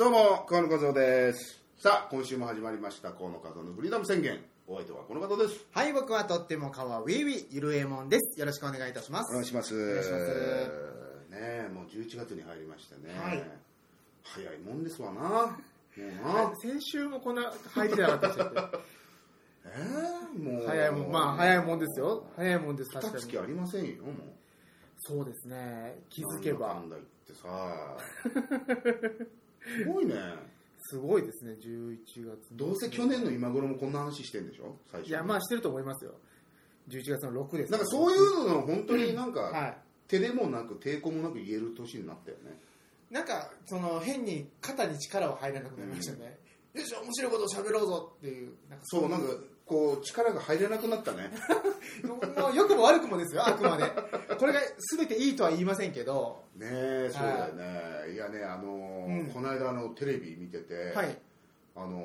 どうも河野和夫です。さあ今週も始まりました河野和夫のフリーダム宣言。お相手はこの方です。 はい、僕はとってもかわウィウィゆるえもんです。よろしくお願いいたします。 お願いします。 お願いします。 ねえ、もう11月に入りましたね。 はい。 早いもんですわな。もうな。 先週もこんな入りじゃなかったでしたっけ？ もう早いもん、まあ早いもんですよ。早いもんです。 2月ありませんよもう。 そうですね。気づけば。 なんだ言ってさ。すごいね。 すごいですね。11月。 どうせ去年の今頃もこんな話してんでしょ最初。 いやまあしてると思いますよ。11月の6です。 なんかそういうの本当になんか、 はい。 手でもなく抵抗もなく言える年になったよね。 なんかその変に肩に力は入らなくなりましたね。よし面白いことを喋ろうぞっていう。 そうなんかこう力が入れなくなったね。 もう良くも悪くもですよ、あくまで。これが全ていいとは言いませんけど。 ねえ、そうだよね。いやね、この間テレビ見てて、 はい、 不思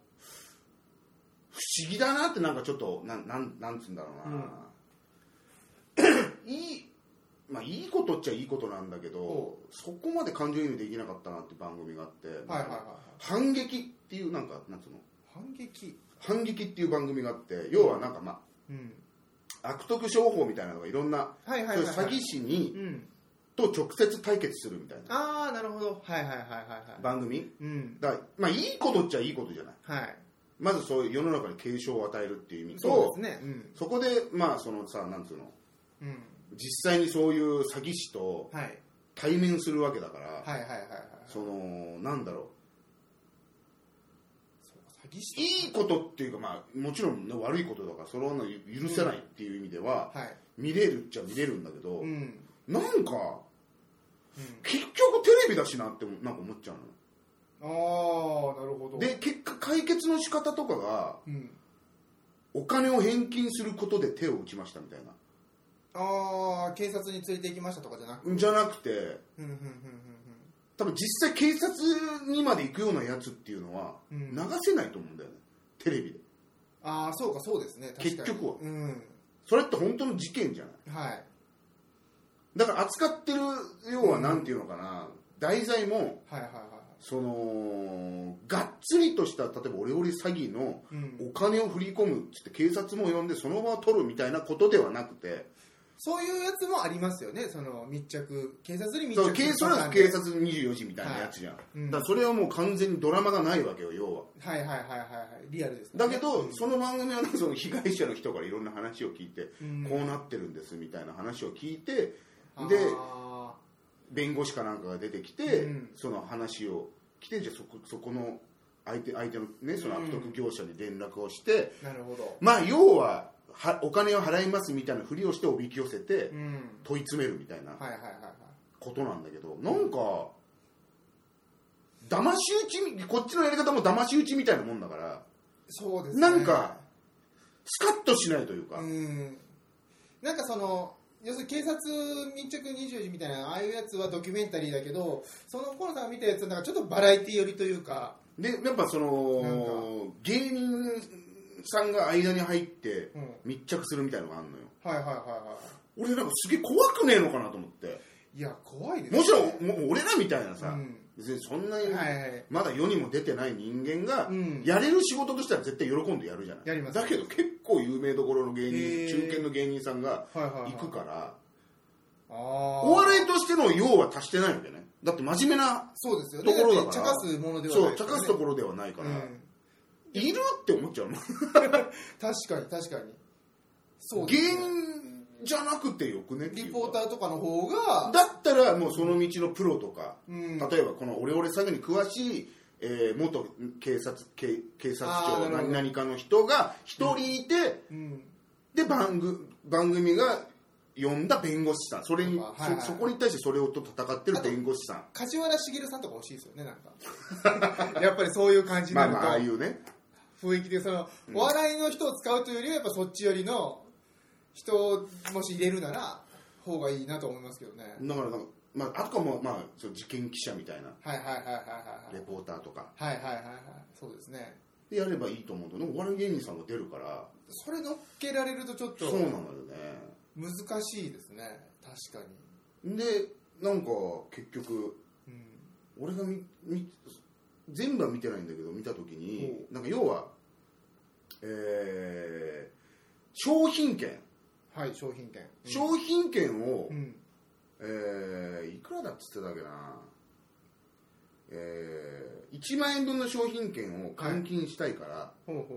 議だなってなんかちょっとなんつうんだろうな。まあいいことっちゃいいことなんだけど、そこまで感情移入できなかったなって番組があって、反撃っていうなんかなんつうの？反撃っていう番組があって、要はなんかまあ、悪徳商法みたいなのがいろんなそういう詐欺師に、と直接対決するみたいな。 ああ、なるほど。 番組。だからまあいいことっちゃいいことじゃない。 はい。 まずそういう世の中に警鐘を与えるっていう意味と、 そうですね。 そこでまあそのさなんつうの、実際にそういう詐欺師と対面するわけだから、そのなんだろう。いいことっていうか、まあ、もちろん、ね、悪いことだからそれは許せないっていう意味では、見れるっちゃ見れるんだけど、なんか、結局テレビだしなってなんか思っちゃうの。ああ、なるほど。 で結果解決の仕方とかが、お金を返金することで手を打ちましたみたいな。 ああ、警察に連れて行きましたとかじゃなくて。 多分実際警察にまで行くようなやつっていうのは流せないと思うんだよね、テレビで。 ああ、そうか、そうですね。確かに結局は、それって本当の事件じゃない。だから扱ってる要はなんていうのかな、題材もそのがっつりとした例えばオレオレ詐欺のお金を振り込むっつって警察も呼んでその場を取るみたいなことではなくて、 そういうやつもありますよね。その警察に密着それは警察24時みたいなやつじゃん、だからそれはもう完全にドラマがないわけよ、要は。 リアルですね。 だけど、その番組はその被害者の人からいろんな話を聞いて、こうなってるんですみたいな話を聞いて、で弁護士かなんかが出てきて、その話を来て、じゃあそこの相手のね、その悪徳業者に連絡をして、 なるほど。ままあ要はお金を払いますみたいなふりをしておびき寄せて、問い詰めるみたいなことなんだけど、なんか騙し討ち、こっちのやり方も騙し討ちみたいなもんだから、 そうですね、 なんかスカッとしないというか、 なんかその要するに警察密着24時みたいなああいうやつはドキュメンタリーだけど、その河野さんが見たやつはなんかちょっとバラエティ寄りというか、 でやっぱその芸人さんが間に入って密着するみたいなのがあるのよ。俺なんかすげえ怖くねえのかなと思って。 いや怖いですね。 もちろんもう俺らみたいなさ、別にそんなにまだ世にも出てない人間がやれる仕事としては絶対喜んでやるじゃない。 やります。 だけど結構有名どころの芸人、中堅の芸人さんが行くから、お笑いとしての用は足してないわけね。だって真面目なところだから、 茶化すものではない、 そう茶化すところではないから、いるって思っちゃうの。 確かにそう、芸人じゃなくてよくねっていうか、 リポーターとかの方がだったらもうその道のプロとか、例えばこのオレオレ詐欺に詳しい、元警察庁何かの人が一人いて、で番組が呼んだ弁護士さん、それに、そこに対してそれをと戦ってる弁護士さん、 梶原茂さんとか欲しいですよね、なんかやっぱりそういう感じになると、 ああいうね雰囲気で、その、お笑いの人を使うというよりはやっぱそっち寄りの人をもし入れるなら方がいいなと思いますけどね。 だからまあ、あとかも、まあ、事件記者みたいなレポーターとかそうですねでやればいいと思うと、お笑い芸人さんが出るから、 それ乗っけられるとちょっとそうなのよね、 難しいですね、確かに。 でなんか結局、俺が全部は見てないんだけど見た時になんか要は、商品券、 はい、商品券、 商品券を、いくらだっつってたっけな、1万円分の商品券を換金したいから、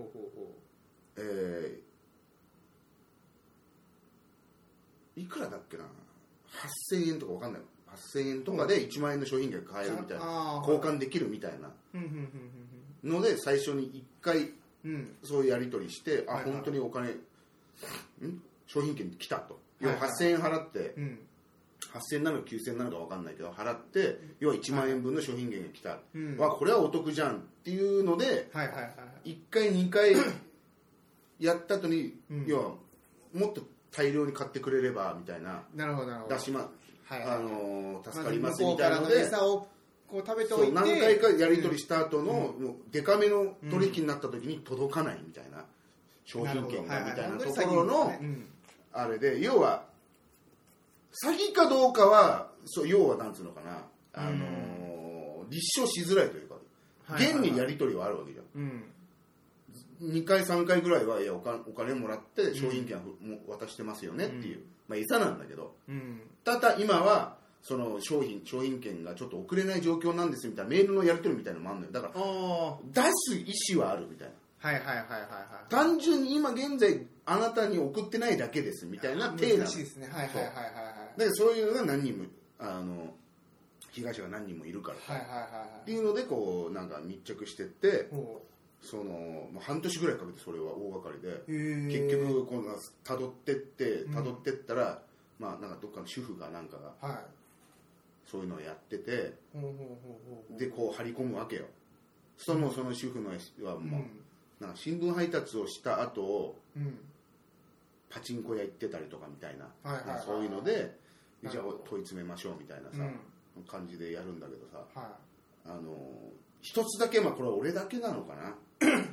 いくらだっけな、8000円とか分かんない、8000円とかで1万円の商品券買えるみたいな、交換できるみたいなので最初に1回そういうやり取りして、あ、本当にお金商品券来たと、要は8000円払って、8000円なのか9000円なのか分かんないけど払って、要は1万円分の商品券が来た、わ、これはお得じゃんっていうので、1回2回やった後に、要はもっと大量に買ってくれればみたいな、出しま、助かりますみたいなので、 こう食べておいて、 何回かやり取りした後の、デカめの取引になった時に届かないみたいな、商品券がみたいなところのあれで、要は詐欺かどうかは要はなんつうのかな、立証しづらいというか、現にやり取りはあるわけじゃん、2回3回ぐらいはいやお金もらって商品券を渡してますよねっていう、まあ餌なんだけど、ただ今はその商品券がちょっと送れない状況なんですみたいなメールのやり取りみたいなのもあるのよ。だから出す意思はあるみたいな、単純に今現在あなたに送ってないだけですみたいな体なの。 難しいですね。だからそういうのが何人も被害者が何人もいるからっていうのでこうなんか密着してって、その半年ぐらいかけてそれは大掛かりで、結局こう辿ってったら、まあなんかどっかの主婦がなんかがそういうのをやってて、でこう張り込むわけよ。その主婦の人はもうなんか新聞配達をした後、パチンコ屋行ってたりとかみたいな、そういうのでじゃあ問い詰めましょうみたいなさ、感じでやるんだけどさ、一つだけ、まあこれは俺だけなのかな、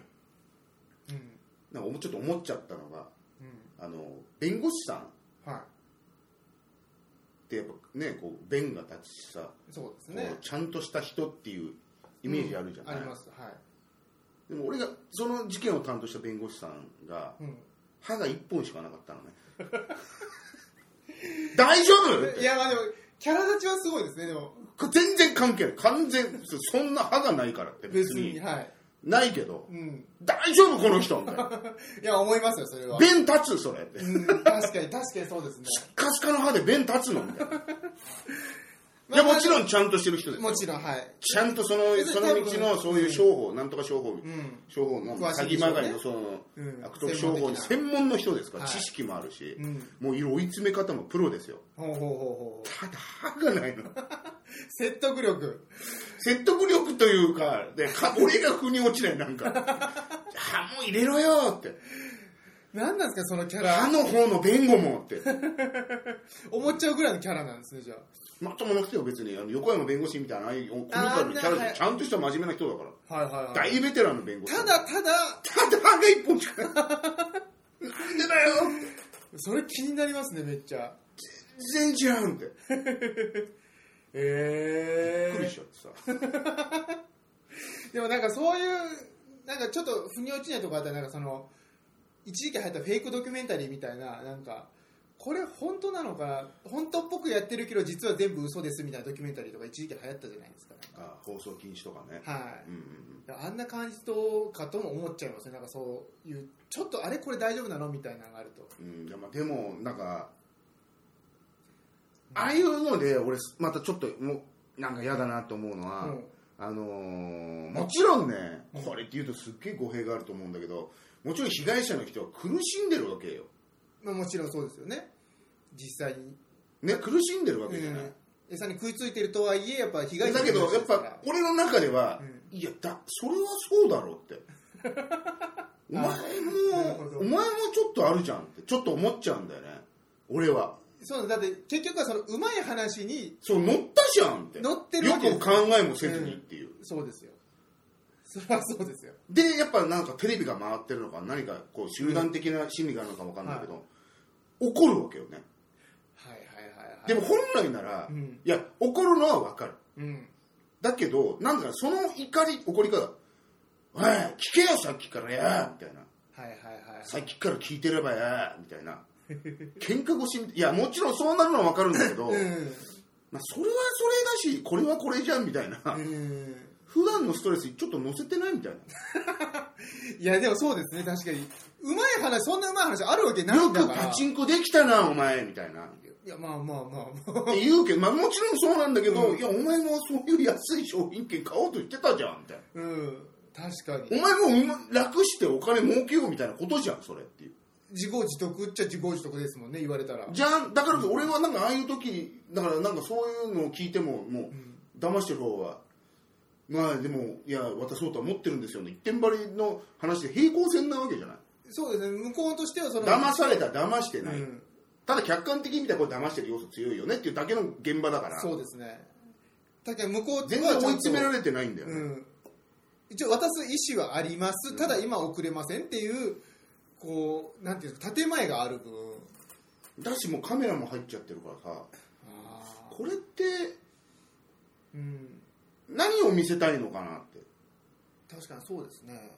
なんかちょっと思っちゃったのが、弁護士さんってやっぱねこう弁が立つしさ、ちゃんとした人っていうイメージあるじゃない、 あります。 でも俺がその事件を担当した弁護士さんが、歯が1本しかなかったのね大丈夫？ いや、まあでもキャラ立ちはすごいですね。でも全然関係ない、完全そんな歯がないからって別にないけど、大丈夫この人みたいな。 いや思いますよそれは。 弁立つそれって。 確かにそうですね。 スッカスカの歯で弁立つのみたいな。いやもちろんちゃんとしてる人です。 もちろんちゃんとその道のそういう商法、なんとか商法の詐欺まがいのその悪徳商法に専門の人ですから、知識もあるし、もう追い詰め方もプロですよ。ただ歯がないの。 説得力というか、俺が腑に落ちない、なんか歯も入れろよって。 何なんですかそのキャラ。 歯の方の弁護もって思っちゃうぐらいのキャラなんですね。じゃあまともなくてよ、別に横山弁護士みたいなコミカルなキャラでちゃんとした真面目な人だから、大ベテランの弁護士。ただ歯が一本しかなんでだよそれ気になりますね、めっちゃ。 全然違うんってびっくりしちゃってさでもなんかそういうなんかちょっと腑に落ちないとこあったら、なんかその一時期流行ったフェイクドキュメンタリーみたいな、なんかこれ本当なのかな、本当っぽくやってるけど実は全部嘘ですみたいなドキュメンタリーとか一時期流行ったじゃないですか。 放送禁止とかね。 あんな感じとかとも思っちゃいますね。なんかそういうちょっとあれこれ大丈夫なのみたいなのがあると。 でもなんかああいうので俺またちょっともうなんか嫌だなと思うのは、もちろんね、これって言うとすっげえ語弊があると思うんだけど、もちろん被害者の人は苦しんでるわけよ。 もちろんそうですよね。実際にね、苦しんでるわけじゃない、 餌に食いついてるとはいえやっぱ被害者だけどやっぱ俺の中では、いやそれはそうだろうってお前もちょっとあるじゃんってちょっと思っちゃうんだよね、俺は。 そうだって結局はそのうまい話に乗ったじゃんって乗ってるわけよく考えもせずにっていう、 そうですよ、それはそうですよ。 でやっぱなんかテレビが回ってるのか何かこう集団的な心理があるのか分かんないけど、怒るわけよね。でも本来なら、いや怒るのは分かる、 だけどなんかその怒り方、おい聞けよさっきからやみたいな、 はいはいはい、 さっきから聞いてればやみたいな喧嘩越しいやもちろんそうなるのは分かるんだけど、まあ、それはそれだしこれはこれじゃんみたいな、普段のストレスちょっと乗せてないみたいないやでもそうですね、確かにうまい話、そんなうまい話あるわけないんだから、 よくパチンコできたなお前みたいな、 いやまあって言うけど、まあ、もちろんそうなんだけど、いやお前もそういう安い商品券買おうと言ってたじゃんみたいな、 確かにお前も楽してお金儲けようみたいなことじゃんそれっていう、 自業自得っちゃ自業自得ですもんね、言われたら。 じゃあだから俺はなんかああいう時だからなんかそういうのを聞いてももう騙してる方はまあでもいや渡そうとは思ってるんですよね、一点張りの話で平行線なわけじゃない。 そうですね、向こうとしてはその騙された騙してない、ただ客観的に見たらこれ騙してる要素強いよねっていうだけの現場だから。そうですね、だけど向こう全然追い詰められてないんだよね、 一応渡す意思はあります、ただ今送れませんっていうこうなんていうんですか、建前がある分だしもうカメラも入っちゃってるからさ、これって、何を見せたいのかなって。 確かにそうですね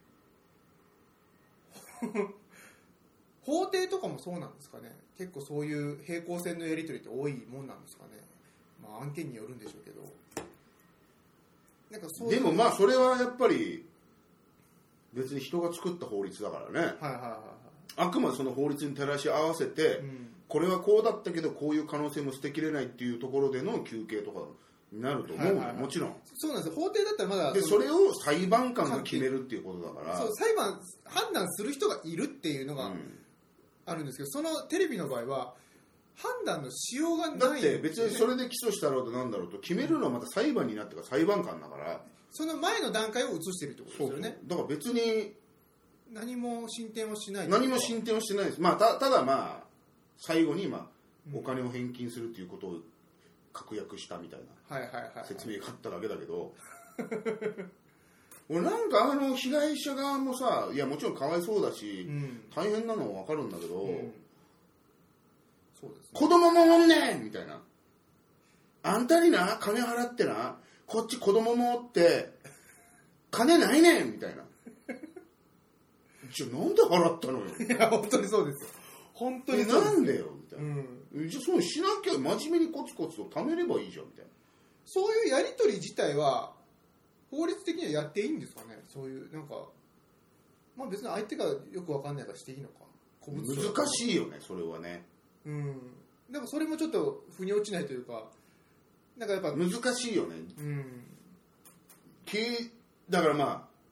法廷とかもそうなんですかね、結構そういう平行線のやり取りって多いもんなんですかね、まあ案件によるんでしょうけど、なんかそういうでもまあそれはやっぱり別に人が作った法律だからね、あくまでその法律に照らし合わせて、これはこうだったけどこういう可能性も捨てきれないっていうところでの求刑とかになると思う、もちろんそうなんですよ、法廷だったらまだでそれを裁判官が決めるっていうことだから、 そう裁判判断する人がいるっていうのがあるんですけど、そのテレビの場合は判断のしようがない、 だって別にそれで起訴したろうとなんだろうと決めるのはまた裁判になってから裁判官だから、 その前の段階を移してるってことですよね。 だから別に何も進展はしない、 何も進展はしてないです、まあ、ただまあ最後にまあお金を返金するっていうことを確約したみたいな説明があっただけだけど俺なんか被害者側もさ、いやもちろんかわいそうだし、大変なのは分かるんだけど、 そうですね、 子供もおんねんみたいな、あんたにな金払ってなこっち子供もおって金ないねんみたいなじゃあなんで払ったのよいや本当にそうですよ、本当になんでよみたいな、じゃあそうしなきゃ真面目にコツコツと貯めればいいじゃんみたいな、 そういうやり取り自体は法律的にはやっていいんですかね、そういうなんか、まあ別に相手がよく分かんないからしていいのか、 難しいよねそれはね、 なんかそれもちょっと腑に落ちないというか、なんかやっぱ難しいよね、だからまあ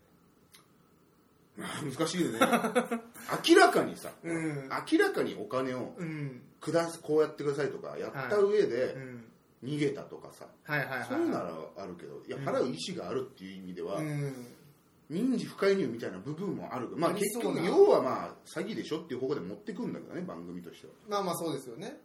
難しいよね明らかにさ、明らかにお金をこうやってくださいとかやった上で逃げたとかさ、そういうならあるけど、いや払う意思があるっていう意味では、民事不介入みたいな部分もある、まあ結局要はまあ詐欺でしょっていう方向で持ってくんだけどね、番組としては。 まあまあそうですよね。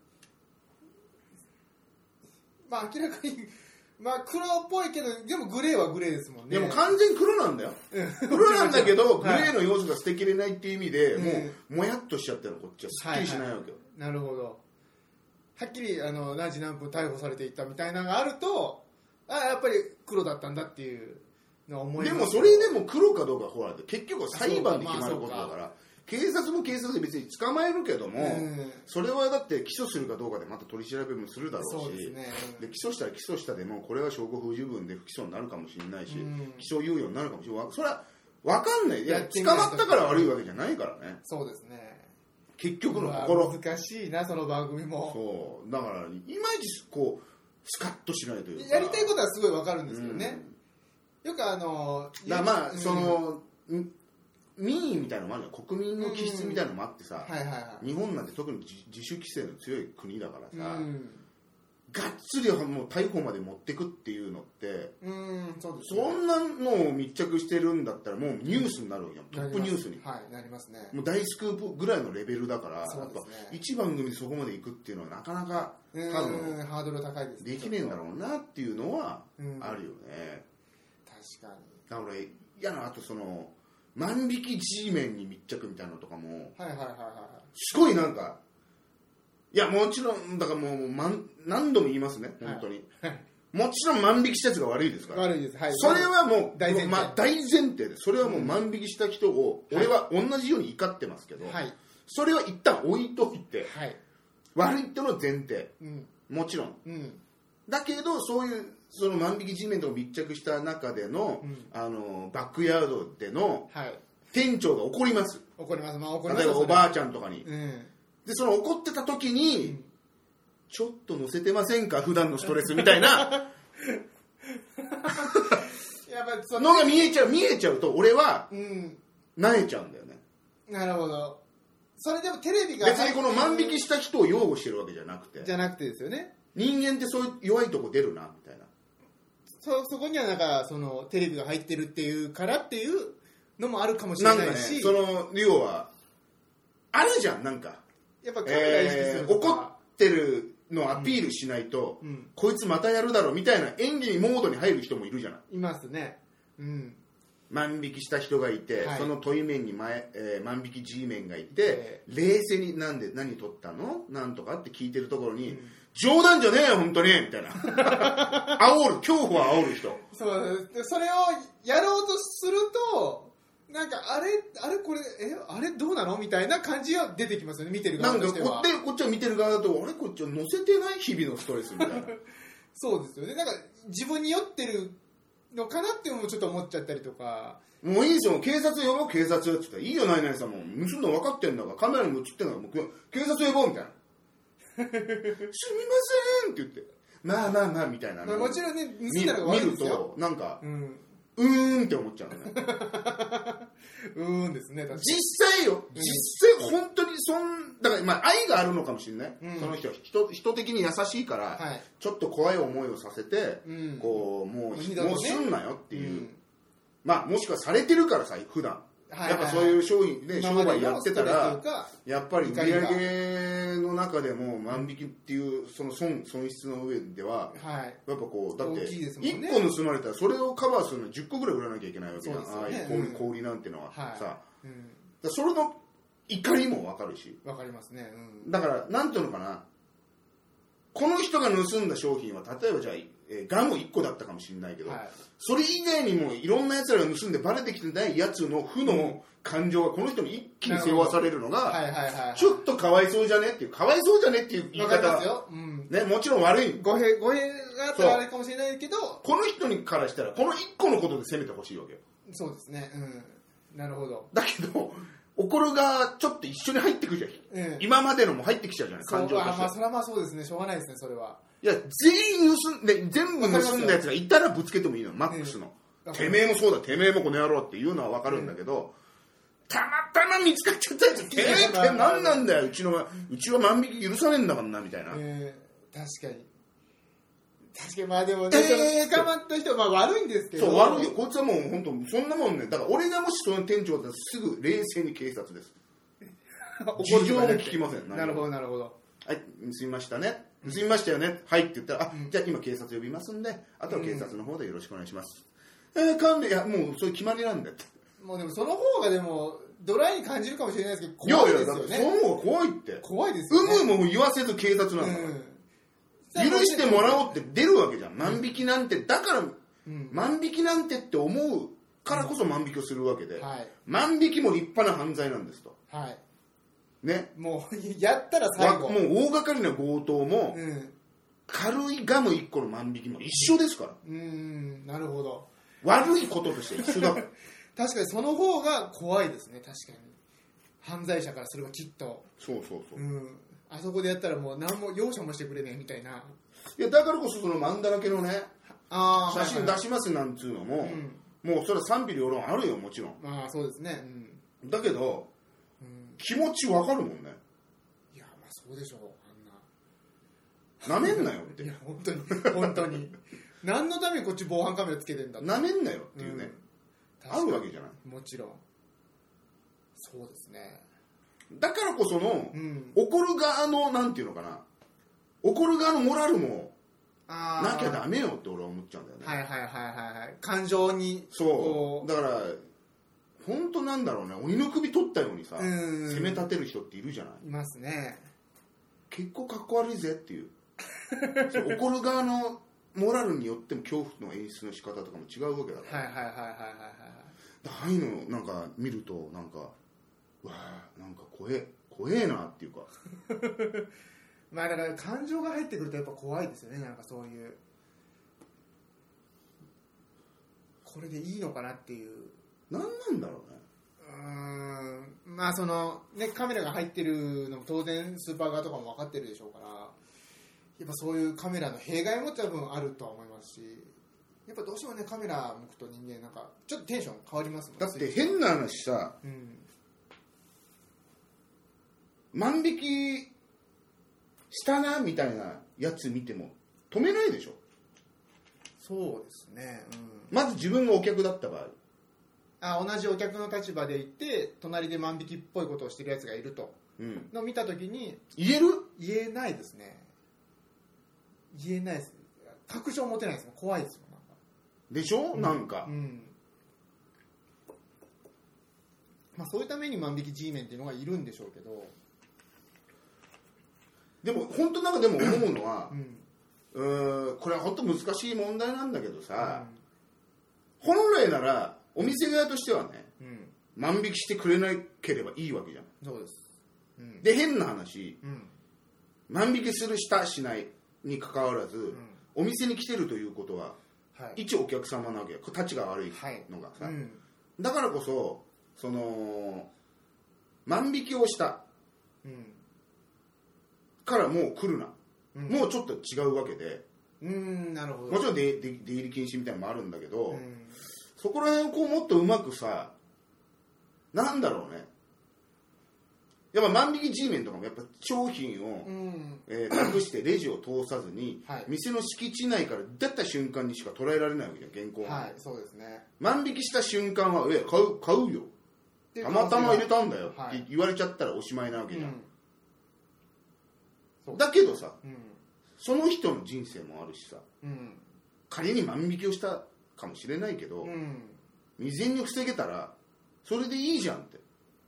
まあ明らかにまあ黒っぽいけど、でもグレーはグレーですもんね。 でも完全黒なんだよ黒なんだけどグレーの要素が捨てきれないっていう意味で、もうもやっとしちゃってるの、こっちはすっきりしないわけよ、 なるほど。はっきり何時何分逮捕されていったみたいなのがあると、やっぱり黒だったんだっていうのは思います。 でもそれでも黒かどうかほら結局は裁判で決まることだから、警察も警察で別に捕まえるけども、それはだって起訴するかどうかでまた取り調べもするだろうし、で起訴したら起訴したでもこれは証拠不十分で不起訴になるかもしれないし、起訴猶予になるかもしれない、それは分かんない、いや捕まったから悪いわけじゃないからね。 そうですね、 結局のところ難しいな、その番組も。 そうだからいまいちこうスカッとしないというか、 やりたいことはすごい分かるんですけどね、よくだまあその民意みたいなのもあるじゃん、国民の気質みたいなのもあってさ、日本なんて特に自主規制の強い国だからさ、がっつりもう逮捕まで持ってくっていうのって、 そうですね、 そんなのを密着してるんだったらもうニュースになるよ、トップニュースに、 なりますね、 もう大スクープぐらいのレベルだから、やっぱ一番組でそこまで行くっていうのはなかなか多分ハードル高いですね、 できねえんだろうなっていうのはあるよね。 確かに。 だから俺嫌な、あとその万引き G メンに密着みたいなのとかも、すごいなんか、いやもちろんだからもう何度も言いますね、本当に、 もちろん万引きしたやつが悪いですから。 悪いです。はい。 それはもう大前提、 大前提で、それはもう万引きした人を、俺は同じように怒ってますけど、 はい、 それは一旦置いといて、 はい、 悪いっての前提、もちろん。だけど、そういう、その万引き G メンと密着した中での、バックヤードでの、店長が怒ります。 怒ります。まあ怒ります。 例えばおばあちゃんとかに。で、その怒ってた時に、ちょっと乗せてませんか普段のストレスみたいなやっぱのが見えちゃうと俺は萎えちゃうんだよね。 なるほど。それでもテレビが別にこの万引きした人を擁護してるわけじゃなくてですよね。 人間ってそういう弱いとこ出るなみたいな。 そこにはなんかそのテレビが入ってるっていうからっていうのもあるかもしれないし、 ね、その要はあるじゃん。なんかやっぱカメラ意識するとか、 怒ってるのアピールしないと、こいつまたやるだろうみたいな演技モードに入る人もいるじゃない。 いますね。 万引きした人がいて、その問い面に万引き G メンがいて、冷静に何取ったのなんとかって聞いてるところに、冗談じゃねえよ本当にみたいな煽る、恐怖は煽る人。 そうで、それをやろうとするとなんかあれこれあれどうなのみたいな感じは出てきますよね、見てる側としては。 なんかこっちは見てる側だとあれこっちは乗せてない日々のストレスみたいなそうですよね。なんか自分に酔ってるのかなっていうのもちょっと思っちゃったりとか。 もういいですよ、警察呼ぼう警察って言ったらいいよ、ナイナイさんも盗んだの分かってんだからカメラにも映ってんだからもう警察呼ぼうみたいなすみませんって言ってまあみたいな、 もちろんね盗んだのが悪いですよ。 見るとなんかって思っちゃうのねですね。確かに実際本当にだからまあ愛があるのかもしれない、その人は人的に優しいから、ちょっと怖い思いをさせて、こうもうすんなよっていう、まあもしくはされてるからさ普段やっぱそういう商売やってたらやっぱり売り上げの中でも万引きっていうその損失の上ではやっぱこうだって1個盗まれたらそれをカバーするのに10個ぐらい売らなきゃいけないわけじゃん。ああいう小売りなんてのはさ、それの怒りも分かるし。 分かりますね。 だからなんていうのかな、この人が盗んだ商品は例えばじゃあガム1個だったかもしれないけど、それ以外にもいろんなやつらが盗んでバレてきてないやつの負の感情がこの人に一気に背負わされるのがちょっとかわいそうじゃねっていう言い方は、ね、もちろん悪い語弊があったらあれかもしれないけど、 この人にからしたらこの1個のことで責めてほしいわけよ。 そうですね。なるほど。 だけど怒るがちょっと一緒に入ってくるじゃん、今までのも入ってきちゃうじゃない感情として。 それはまあそうですね、しょうがないですね。それはいや全部盗んだやつがいたらぶつけてもいいの、マックスの、てめえもそうだてめえもこの野郎っていうのは分かるんだけど、たまたま見つかっちゃったやつてめえって何なんだよ、うちは万引き許さねえんだからなみたいな、 確かにまあでもね、捕まった人はまあ悪いんですけど、 そう悪いよ、こいつはもう本当そんなもんね。だから俺がもしその店長だったらすぐ冷静に警察です事情も聞きません。 なるほどなるほど。 はい、盗みましたね、盗みましたよね、はいって言ったら、じゃあ今警察呼びますんで、あとは警察の方でよろしくお願いします、勘弁、いやもうそういう決まりなんだって。 もうでもその方がでもドライに感じるかもしれないですけど、怖いですよね。 その方が怖いって。 怖いですよね。 も言わせず警察なんだから、許してもらおうって出るわけじゃん。万引きなんてだから、万引きなんてって思うからこそ万引きをするわけで、万引きも立派な犯罪なんですと。ね、 もうやったら最後もう大掛かりな強盗も、軽いガム1個の万引きも一緒ですから。 なるほど。 悪いこととして一緒だから確かにその方が怖いですね。確かに犯罪者からすればきっとそう、 あそこでやったらもう何も容赦もしてくれねえみたいな。 いやだからこそそのマンだらけのね写真出しますなんつうのも、もうそれは賛否両論あるよ、もちろん。 そうですね、 だけど、気持ちわかるもんね。 いやまあそうでしょう。 なめんなよっていや本当に何のためにこっち防犯カメラつけてんだって。 なめんなよっていうね、あるわけじゃない。 もちろんそうですね。 だからこその、怒る側のなんていうのかな、怒る側のモラルもなきゃダメよって俺は思っちゃうんだよね。 感情にそうだから本当なんだろうね、鬼の首取ったようにさ責め立てる人っているじゃない。 いますね。 結構かっこ悪いぜっていう怒る側のモラルによっても恐怖の演出の仕方とかも違うわけだから、 はいはいはいはいはいはい。 ああいうのなんか見るとなんかうわーなんか怖えなっていうかまあだから感情が入ってくるとやっぱ怖いですよね。なんかそういうこれでいいのかなっていう。 何なんだろうね。 まあそのね、カメラが入ってるのも当然スーパー側とかも分かってるでしょうから、やっぱそういうカメラの弊害も多分あるとは思いますし、やっぱどうしてもねカメラ向くと人間なんかちょっとテンション変わりますもん。 だって変な話さ、万引きしたなみたいなやつ見ても止めないでしょ。 そうですね、 まず自分がお客だった場合、 同じお客の立場で行って隣で万引きっぽいことをしてるやつがいると、のを見たときに言えないですね。言えないです。確証持てないですもん。怖いですもん。なんかでしょ、なんか、 まあ、そういうために万引き G メンっていうのがいるんでしょうけど、 でも本当なんかでも思うのは、これは本当難しい問題なんだけどさ、本来ならお店側としてはね、万引きしてくれなければいいわけじゃん。 そうです、 で変な話、万引きするしたしないに関わらず、お店に来てるということは、一お客様なわけよ。たちが悪いのがさ、だからこそその万引きをした、からもう来るな、もうちょっと違うわけで、 なるほど。 もちろん出入り禁止みたいなのもあるんだけど、そこら辺をこうもっとうまくさ、なんだろうね、やっぱ万引き G メンとかもやっぱ商品を、隠してレジを通さずに、店の敷地内から出た瞬間にしか捉えられないわけじゃん、現行犯。 そうですね。万引きした瞬間は買うよ、たまたま入れたんだよって言われちゃったらおしまいなわけじゃん、だけどさ、その人の人生もあるしさ、仮に万引きをしたかもしれないけど、未然に防げたらそれでいいじゃんって。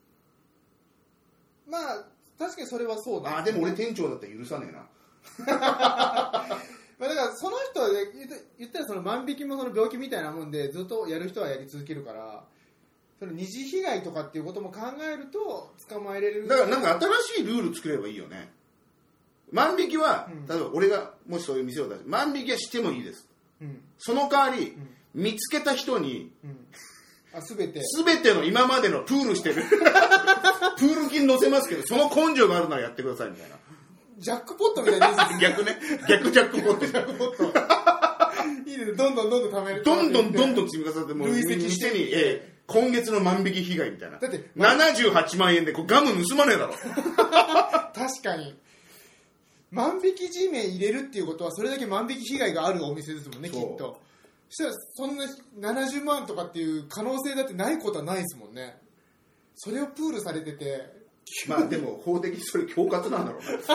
まあ確かにそれはそうだ、 でも俺店長だったら許さねえなまあだからその人は、言ったらその万引きもその病気みたいなもんでずっとやる人はやり続けるから、その二次被害とかっていうことも考えると捕まえれる。 だからなんか新しいルール作ればいいよね。万引きは、例えば俺がもしそういう店を出して、万引きはしてもいいです、その代わり、見つけた人に、全ての今までのプールしてるプール金乗せますけど、その根性があるならやってくださいみたいな。 ジャックポットみたいな逆ジャックポットいいね、どんどん貯める、 どんどん積み重ねて、もう累積してに、今月の万引き被害みたいな。だって78万円でガム盗まねえだろ確かに万引き G メン入れるっていうことはそれだけ万引き被害があるお店ですもんね、きっと。そしたらそんな70万とかっていう可能性だってないことはないですもんね。それをプールされてて、 まあでも法的にそれ恐喝なんだろうな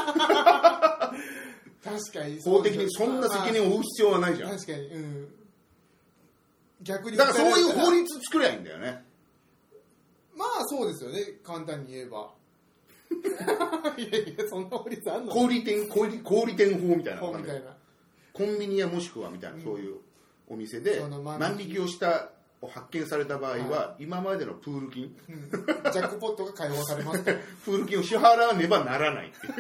確かに法的にそんな責任を負う必要はないじゃん。 確かに、逆にだからそういう法律作りゃいいんだよね。 まあそうですよね、簡単に言えばいやそんな法律あんの。 小売店法みたいな、 みたいなコンビニやもしくはみたいな、そういうお店で万引きをしたを発見された場合は、今までのプール金、 ジャックポットが解放されますプール金を支払わねばならないっていう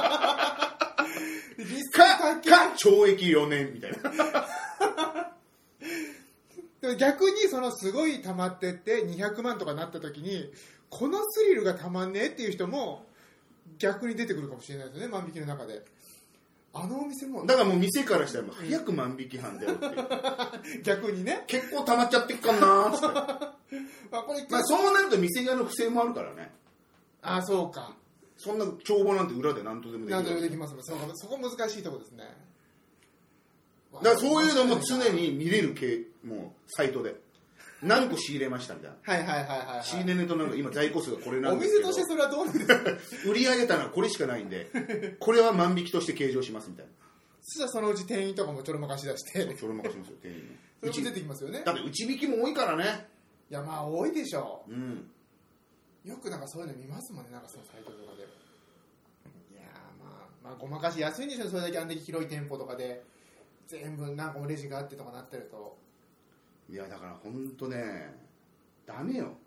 か懲役4年みたいなでも逆にそのすごい溜まってって200万とかなった時に、このスリルがたまんねえっていう人も逆に出てくるかもしれないですよね、万引きの中で。あのお店もだからもう店からしたらもう早く万引き犯だよっていう逆にね、 結構溜まっちゃってっかなーってそうなると店側の不正もあるからね。 そうか、 そんな帳簿なんて裏で何とでもできる。 何とでもできますもん。そこ難しいとこですね。 だからそういうのも常に見れるもうサイトで何個仕入れましたみたいな。仕入れネタなんか今在庫数がこれなんですけど、 お店としてそれはどうなんですか売り上げたのはこれしかないんでこれは万引きとして計上しますみたいな。 そしたらそのうち店員とかもちょろまかし出してちょろまかしますよ、店員も。 それも出てきますよね。 だって内引きも多いからね。 いやまあ多いでしょう、よくなんかそういうの見ますもんね、なんかそのサイトとかで。いやまあごまかし安いんでしょ、それだけあんだけ広い店舗とかで。 全部なんかもレジがあってとかなってると、 いやだから本当ねダメよ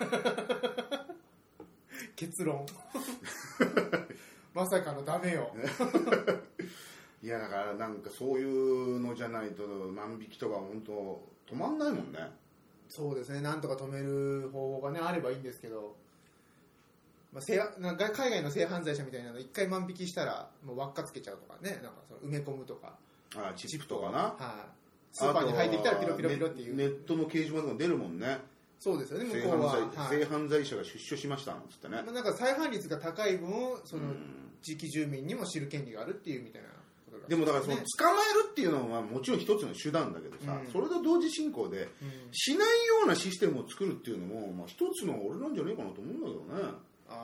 結論まさかのダメよいやだからなんかそういうのじゃないと万引きとか本当止まんないもんね。 そうですね、なんとか止める方法がねあればいいんですけど、なんか海外の性犯罪者みたいなの一回万引きしたらもう輪っかつけちゃうとかね、なんかその埋め込むとか、 チップとかな、 はい、スーパーに入ってきたらピロピロピロっていうネットの掲示板とか出るもんね。 そうですよね、向こうは、 性犯罪者が出所しましたなんつってね、 なんか再犯率が高い分その地域住民にも知る権利があるっていうみたいなことだ、ね、 でもだからその捕まえるっていうのはもちろん一つの手段だけどさ、それと同時進行でしないようなシステムを作るっていうのも、一つの俺なんじゃねえかなと思うんだけどね。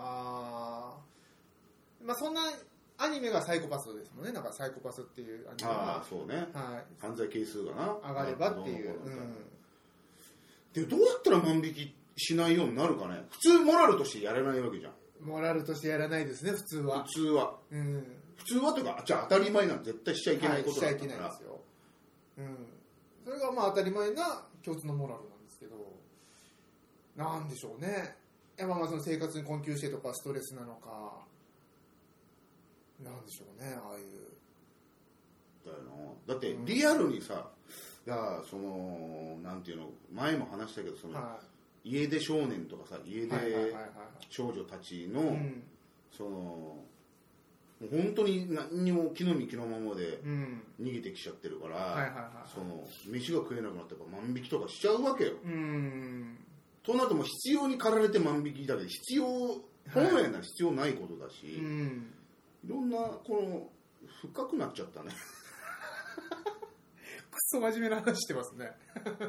そんなアニメがサイコパスですもんね。なんかサイコパスっていうアニメがそうね、はい、犯罪係数がな上がればっていう、 でどうやったら万引きしないようになるかね。普通モラルとしてやれないわけじゃん。 モラルとしてやらないですね、普通は。 普通はというか、じゃあ当たり前なん絶対しちゃいけないことだから、 しちゃいけないですよ。それが当たり前な共通のモラルなんですけど、なんでしょうね。その生活に困窮してとかストレスなのか、なんでしょうね、ああいう。 だよな。だってリアルにさ、いやそのなんていうの、前も話したけど、その、家出少年とかさ、家出少女たちの、そのもう本当に何にも気の身気のままで逃げてきちゃってるから、その飯が食えなくなって万引きとかしちゃうわけよ。となるともう必要に駆られて万引きだけど、本来なら必要ないことだし、いろんなこの深くなっちゃったねクソ真面目な話してますね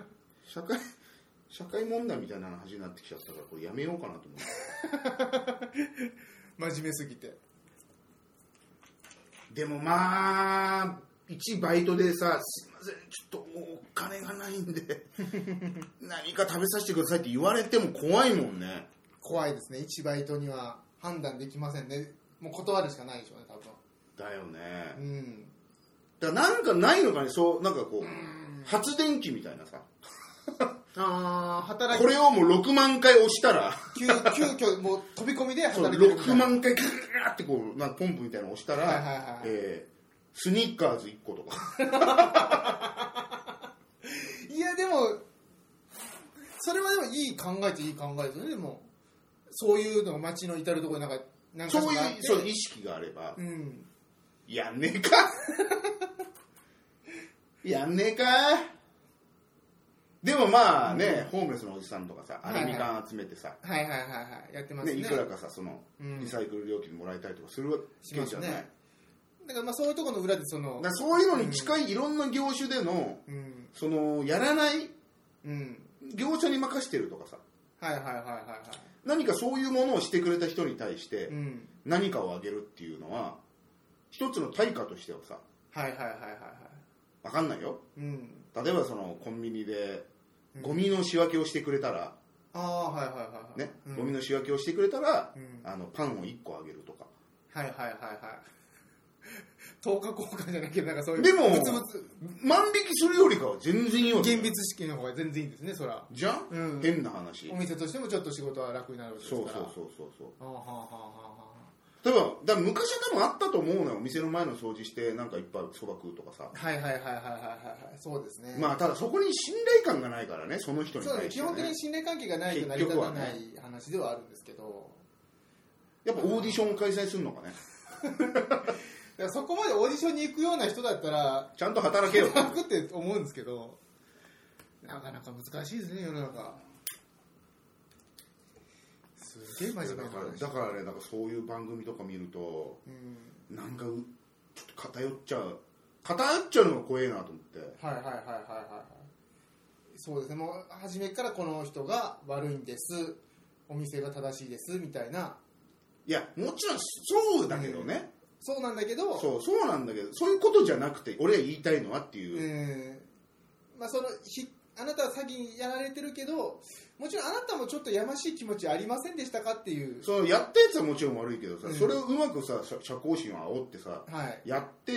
社会問題みたいな話になってきちゃったから、これやめようかなと思って真面目すぎて。 でも一バイトでさ、すいませんちょっとお金がないんで何か食べさせてくださいって言われても怖いもんね。 怖いですね。一バイトには判断できませんね。もう断るしかないでしょうね、多分。 だよね。だからなんかないのかね、そうなんかこう発電機みたいなさこれをもう6万回押したら急遽もう飛び込みで働いてるみたいな。 6万回ガーってこうなんかポンプみたいなの押したら、スニッカーズ1個とかいやでもそれはでもいい考えっていい考えですよね。でもそういうのが街の至るところになんかそういう意識があれば、やんねえかやんねえか。でもホームレスのおじさんとかさ、アルミ缶集めてさ、 やってますね。 いくらかさ、そのリサイクル料金もらえたりとかするわけじゃない。 だからそういうところの裏でそういうのに近いいろんな業種での、そのやらない業者に任してるとかさ、何かそういうものをしてくれた人に対して何かをあげるっていうのは一つの対価としてはさ、分かんないよ。例えばそのコンビニでゴミの仕分けをしてくれたら、ゴミの仕分けをしてくれたら、パンを1個あげるとか。 10日交換じゃなきゃなんかそういう。 でも万引きするよりかは全然いいよね。 現実式の方が全然いいんですね、そら。 じゃん、変な話。 お店としてもちょっと仕事は楽になるわけですから。 例えばだから昔は多分あったと思うのよ。お店の前の掃除してなんかいっぱいそば食うとかさ。 そうですね。 ただそこに信頼感がないからね、その人に対して、ね。 基本的に信頼関係がないと成り立たない話ではあるんですけど、 やっぱオーディションを開催するのかねそこまでオーディションに行くような人だったらちゃんと働けよって思うんですけど、なかなか難しいですね、世の中。すげえ真面目な話。 だからね、なんかそういう番組とか見ると、なんかちょっと偏っちゃうのが怖えなと思って。 そうですね。もう初めからこの人が悪いんです、お店が正しいですみたいな。 いやもちろんそうだけどね。 そうなんだけど、 そうなんだけど、そういうことじゃなくて俺が言いたいのはっていう。 あなたは詐欺にやられてるけど、もちろんあなたもちょっとやましい気持ちありませんでしたかっていう。 やったやつはもちろん悪いけどさ、それをうまくさ社交心を煽ってさ、やって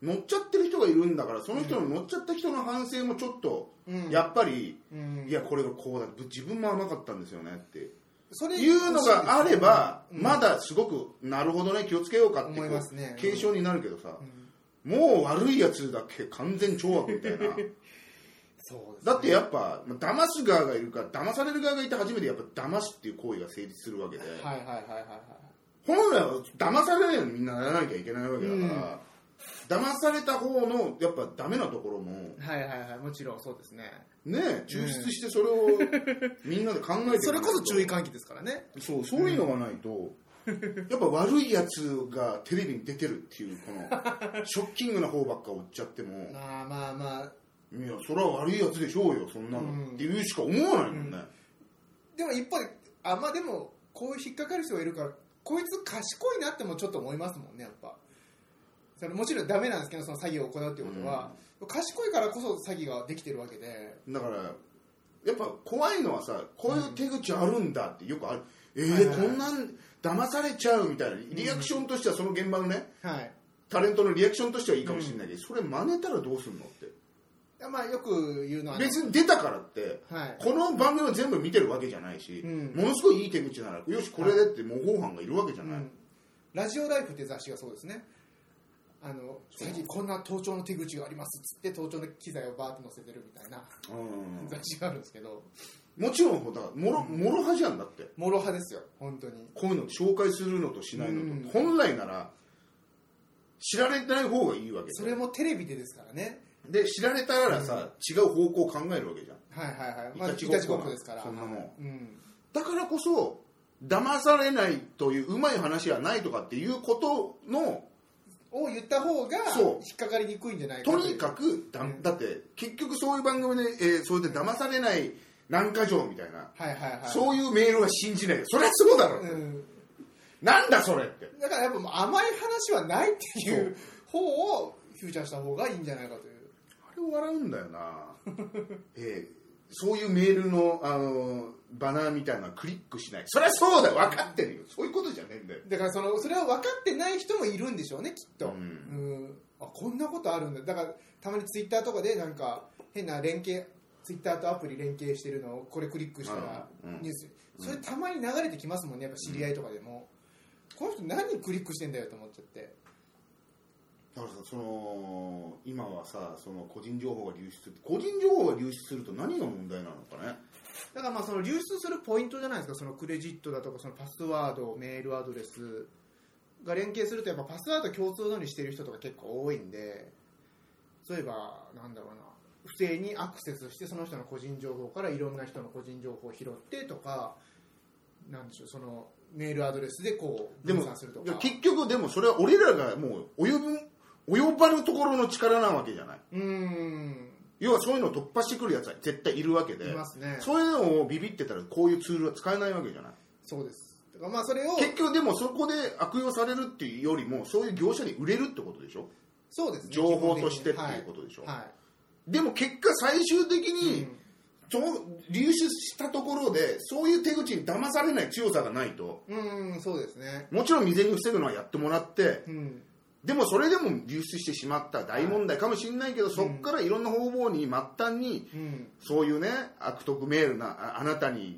乗っちゃってる人がいるんだから、その人の乗っちゃった人の反省もちょっと、やっぱり、いやこれがこうだ、自分も甘かったんですよねっていうのがあれば、まだすごくなるほどね、気をつけようかって継承になるけどさ、もう悪いやつだけ完全懲悪みたいなそうです、ね、だってやっぱ騙す側がいるから、騙される側がいて初めてやっぱ騙すっていう行為が成立するわけで、本来は騙されないようにみんなならなきゃいけないわけだから、騙された方のやっぱダメなところももちろんそうですね抽出してそれをみんなで考えてそれこそ注意喚起ですからね。 そういうのがないと、やっぱ悪いやつがテレビに出てるっていうこのショッキングな方ばっか追っちゃってもいやそれは悪いやつでしょうよそんなの、っていうしか思わないもんね、 でも一方ででもこういう引っかかる人がいるから、こいつ賢いなってもちょっと思いますもんね。やっぱそれもちろんダメなんですけど、その詐欺を行うっていうことは、賢いからこそ詐欺ができてるわけで、 だからやっぱ怖いのはさ、こういう手口あるんだってよくある、こんなん騙されちゃうみたいなリアクションとしては、その現場のね、タレントのリアクションとしてはいいかもしれないけど、それ真似たらどうすんのって。 よく言うのは別に出たからって、この番組を全部見てるわけじゃないし、ものすごいいい手口ならよしこれでって模倣犯がいるわけじゃない、 ラジオライフって雑誌がそうですね。最近こんな盗聴の手口がありますっつって盗聴の機材をバーって載せてるみたいな雑誌があるんですけど、 もちろんだからもろ派じゃん。だってもろ派ですよ本当に。 こういうの紹介するのとしないのと、本来なら知られない方がいいわけで、 それもテレビでですからね。 で知られたらさ、違う方向を考えるわけじゃん。 いたちごっこですからそんなもん、だからこそ騙されないといううまい話はないとかっていうことのを言った方が引っかかりにくいんじゃないかとにかくだって結局そういう番組で、それで騙されない何か条みたいな、そういうメールは信じないよ。そりゃそうだろ、なんだそれって。 だからやっぱ甘い話はないっていう方をフューチャーした方がいいんじゃないかという。 あれを笑うんだよなそういうメールの、バナーみたいなのクリックしない。そりゃそうだよ、分かってるよ。そういうことじゃねえんだよ。 だからそれを分かってない人もいるんでしょうね、きっと。こんなことあるんだ。だからたまにツイッターとかでなんか変な連携、ツイッターとアプリ連携してるのをこれクリックしたらニュース、それたまに流れてきますもんね。やっぱ知り合いとかでも、この人何クリックしてんだよと思っちゃって。 だからさ、今はさ、その個人情報が流出すると何が問題なのかね。 だからその流出するポイントじゃないですか。そのクレジットだとかそのパスワード、メールアドレスが連携するとやっぱパスワード共通のにしてる人とか結構多いんで、そういえばなんだろうな、不正にアクセスしてその人の個人情報からいろんな人の個人情報を拾ってとか、なんでしょう、そのメールアドレスでこう分散するとか。 結局でもそれは俺らがもう及ばぬところの力なわけじゃない。要はそういうのを突破してくるやつは絶対いるわけで、 いますね。 そういうのをビビってたらこういうツールは使えないわけじゃない。 そうです。だからそれを結局でもそこで悪用されるっていうよりも、そういう業者に売れるってことでしょ。 そうですね。 情報としてっていうことでしょ。でも結果最終的に、流出したところでそういう手口に騙されない強さがないと、 そうですね。 もちろん未然に防ぐのはやってもらって、でもそれでも流出してしまった大問題かもしれないけど、そこからいろんな方々に末端に、そういうね悪徳メールなあなたに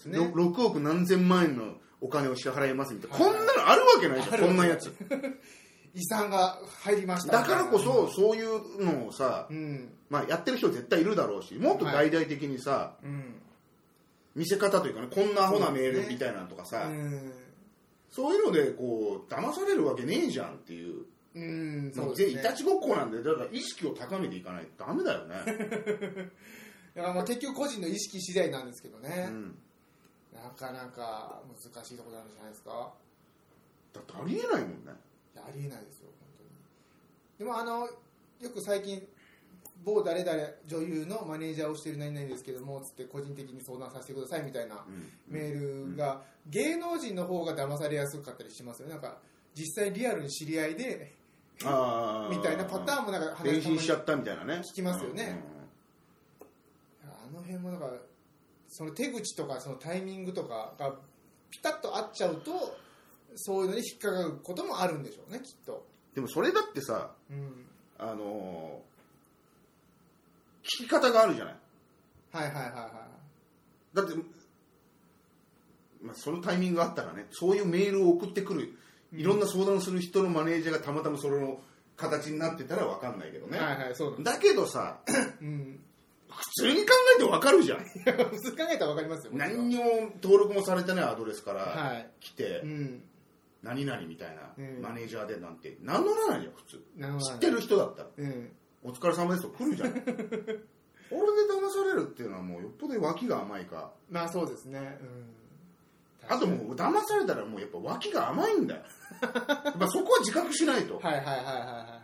6億何千万円のお金を支払いますみたいな、こんなのあるわけないじゃん、こんなやつ遺産が入りました。 だからこそそういうのをさ、やってる人絶対いるだろうし、もっと大々的にさ、見せ方というかね、こんなアホなメールみたいなのとかさ、そういうのでこう騙されるわけねえじゃんっていう。そうですね、いたちごっこなんで、だから意識を高めていかないとダメだよねだから結局個人の意識次第なんですけどね、なかなか難しいところなんじゃないですか。 だってありえないもんね。 ありえないですよ本当に。でもよく最近某誰々女優のマネージャーをしている何々ですけどもつって個人的に相談させてくださいみたいなメールが、芸能人の方が騙されやすかったりしますよね。なんか実際リアルに知り合いでみたいなパターンもなんか返信しちゃったみたいなね聞きますよね。あの辺もなんかその手口とかそのタイミングとかがピタッと合っちゃうとそういうのに引っかかることもあるんでしょうね、きっと。 でもそれだってさ、 聞き方があるじゃない。 はいはいはいはい。 だって、まあ、そのタイミングがあったらね、そういうメールを送ってくるいろんな相談する人のマネージャーがたまたまそれの形になってたら分かんないけどね。 はいはい、そうなんです。 だけどさ、 うん、 普通に考えて分かるじゃん。 普通考えたら分かりますよ。 何にも登録もされてないアドレスから来て、 はい、うん、 何々みたいなマネージャーでなんて名乗らないよ普通。知ってる人だったら、 うん、 お疲れ様ですと来るじゃん。これで騙されるっていうのはもうよっぽど脇が甘いか。 まあそうですね。うん、 あともう騙されたらもうやっぱ脇が甘いんだよ。やっぱそこは自覚しないと。 はいはいはいはいはい。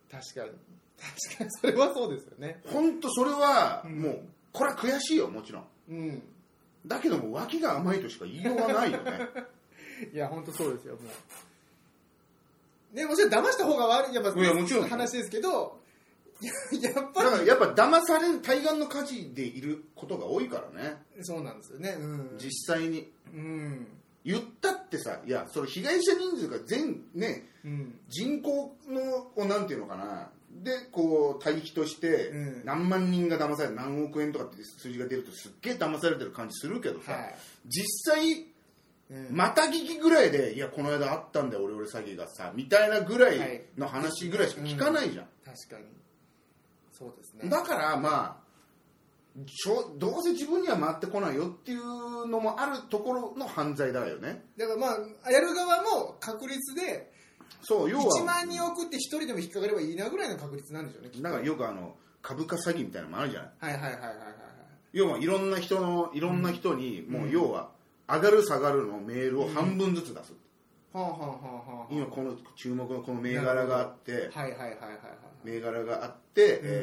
確かにそれはそうですよね。 本当それはもう、これは悔しいよもちろん。 うん。 だけども脇が甘いとしか言いようがないよね。 いや本当そうですよもう。ねもちろん騙した方が悪いやっぱもちろん話ですけど。やっぱりだからやっぱ騙される対岸の火事でいることが多いからね。 そうなんですよね、うん、 実際に、 うん、 言ったってさ、いやそれ被害者人数が全ね、うん、人口のなんていうのかなでこう対比として何万人が騙される何億円とかって数字が出るとすっげえ騙されてる感じするけどさ、はい、実際また聞きぐらいでいやこの間あったんだよオレオレ詐欺がさみたいなぐらいの話ぐらいしか聞かないじゃん、 うん、確かにそうですね。 だからまあどうせ自分には回ってこないよっていうのもあるところの犯罪だよね。 だからまあやる側も確率でそう要は 1万人送って1人でも引っかかればいいなぐらいの確率なんでしょうね。 だからよく株価詐欺みたいなのもあるじゃない。 はいはいはいはいはい。 要はいろんな人にもう要は上がる下がるのメールを半分ずつ出す。今この注目のこの銘柄があって、銘柄があって、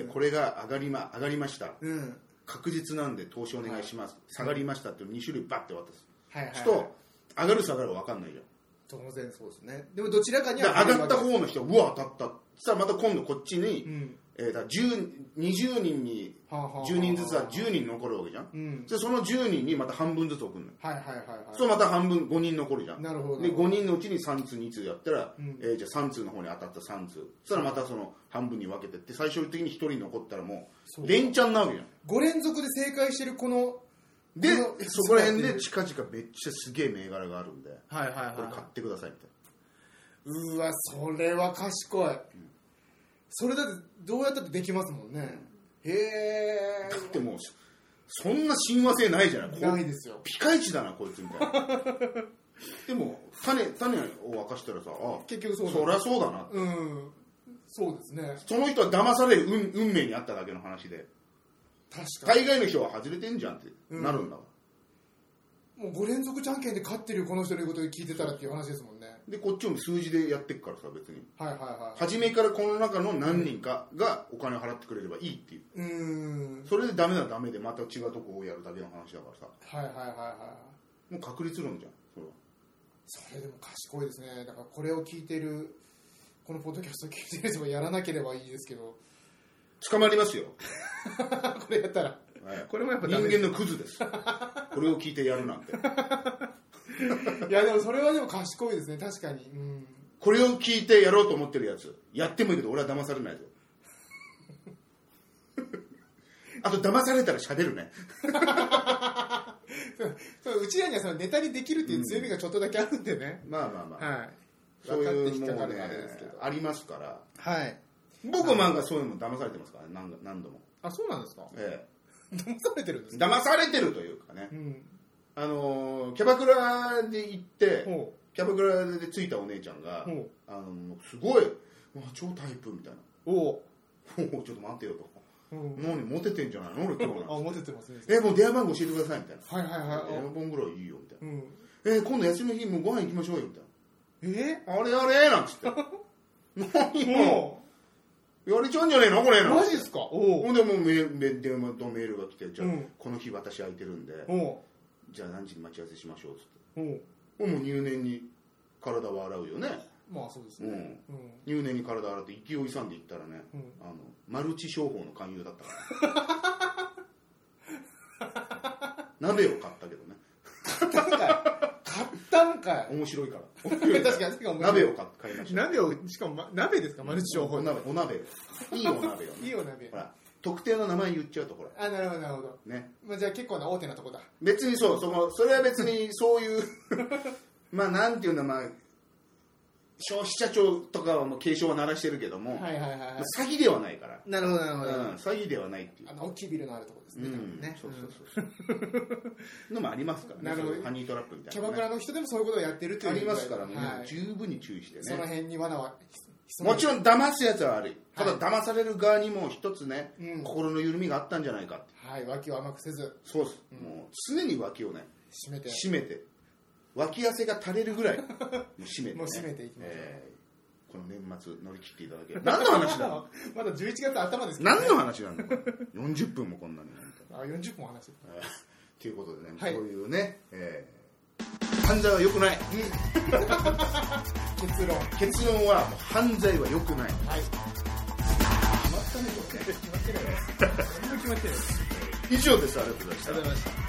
これが上がりました、うん、確実なんで投資お願いします、下がりましたって2種類バッて渡す、と上がる下がるは分かんないじゃん。 当然そうですね。でもどちらかには上がった方の人はうわ当たったさあまた今度こっちに、20人に10人ずつは10人残るわけじゃん、うん、その10人にまた半分ずつ送るの、そうまた半分5人残るじゃん。 なるほど。 で5人のうちに3通2通やったら、じゃあ3通の方に当たった3通そしたらまたその半分に分けてって最終的に1人残ったらもう連チャンなわけじゃん。 5連続で正解してるこのでそこら辺で近々めっちゃすげえ銘柄があるんで、これ買ってくださいみたいな。うわそれは賢い、それだってどうやったってできますもんね、へえ。 だってもうそんな親和性ないじゃない。 ないですよ。 ピカイチだなこいつみたいなでも種を明かしたらさ結局そりゃそうだなって、 そうですね。 その人は騙される運命にあっただけの話で、 確かに大概の人は外れてんじゃんってなるんだから、 もう5連続じゃんけんで勝ってるこの人の言うことで聞いてたらっていう話ですもんね。 でこっちも数字でやっていくからさ別に、初めからこの中の何人かがお金を払ってくれればいいっていう、それでダメならダメでまた違うとこをやるだけの話だからさ、もう確率論じゃんそれは。 それでも賢いですね。だからこれを聞いてるこのポッドキャストを聞いてる人もやらなければいいですけど捕まりますよこれやったら、 これもやっぱ人間のクズですこれを聞いてやるなんていやでもそれはでも賢いですね確かに、 これを聞いてやろうと思ってるやつやってもいいけど俺は騙されないぞあと騙されたら喋るねうちらにはそのネタにできるっていう強みがちょっとだけあるんでね、 まあ、そういうものねありますから、僕なんかそういうのも騙されてますからね何度も。 あ、そうなんですか。騙されてるんですか。騙されてるというかね、キャバクラで行ってキャバクラで着いたお姉ちゃんがすごい超タイプみたいな、ちょっと待ってよと、何モテてんじゃないの俺今日なんモテてますね。 もう電話番号教えてくださいみたいな、 電話番号ぐらいいいよみたいな、今度休みの日もうご飯行きましょうよみたいな、あれなんつって何よやれちゃうんじゃねえのこれ。 マジですか。 ほんでもう電話とメールが来て、じゃあこの日私空いてるんでじゃあ何時に待ち合わせしましょうっつって、もう入念に体を洗うよね。 まあそうですね、 入念に体洗って勢い勇んでいったらね、マルチ商法の勧誘だったから鍋を買ったけどね。 買ったたんかい。 面白いから確かに面白い。 鍋を買いました。 鍋を、しかも鍋ですか、マルチ情報。 お鍋いいお鍋を、ね、 いいお鍋。 ほら特定の名前言っちゃうとこれ。 あ、なるほどなるほど。 ね。 まあ、じゃあ結構な大手なとこだ。 別にそれは別にそういうまあなんていうんだ、まあ消費者庁とかはもう警鐘は鳴らしてるけども、 はいはいはいはい、 詐欺ではないから。 なるほどなるほど、 詐欺ではないっていう。 大きいビルのあるところですね。ね、 そうのもありますからね。 なるほど。 ハニートラップみたいな、 キャバクラの人でもそういうことをやってるっていうありますからね、十分に注意してね。 その辺に罠はもちろん騙すやつは悪い。ただ騙される側にも一つね、心の緩みがあったんじゃないかって。 はい、脇を甘くせず。 そうです。もう常に脇をね、締めて、脇汗が垂れるぐらいもう締めて、ね、 もう締めていきましょう。 この年末乗り切っていただける。何の話だろうまだ11月頭ですけど、ね、 何の話なんだろう40分もこんなに 40分話ということでね、そういうね、犯罪は良くない、結論はもう犯罪は良くない。 はい、 決まったね、これね。 決まってないです。 以上です。ありがとうございました。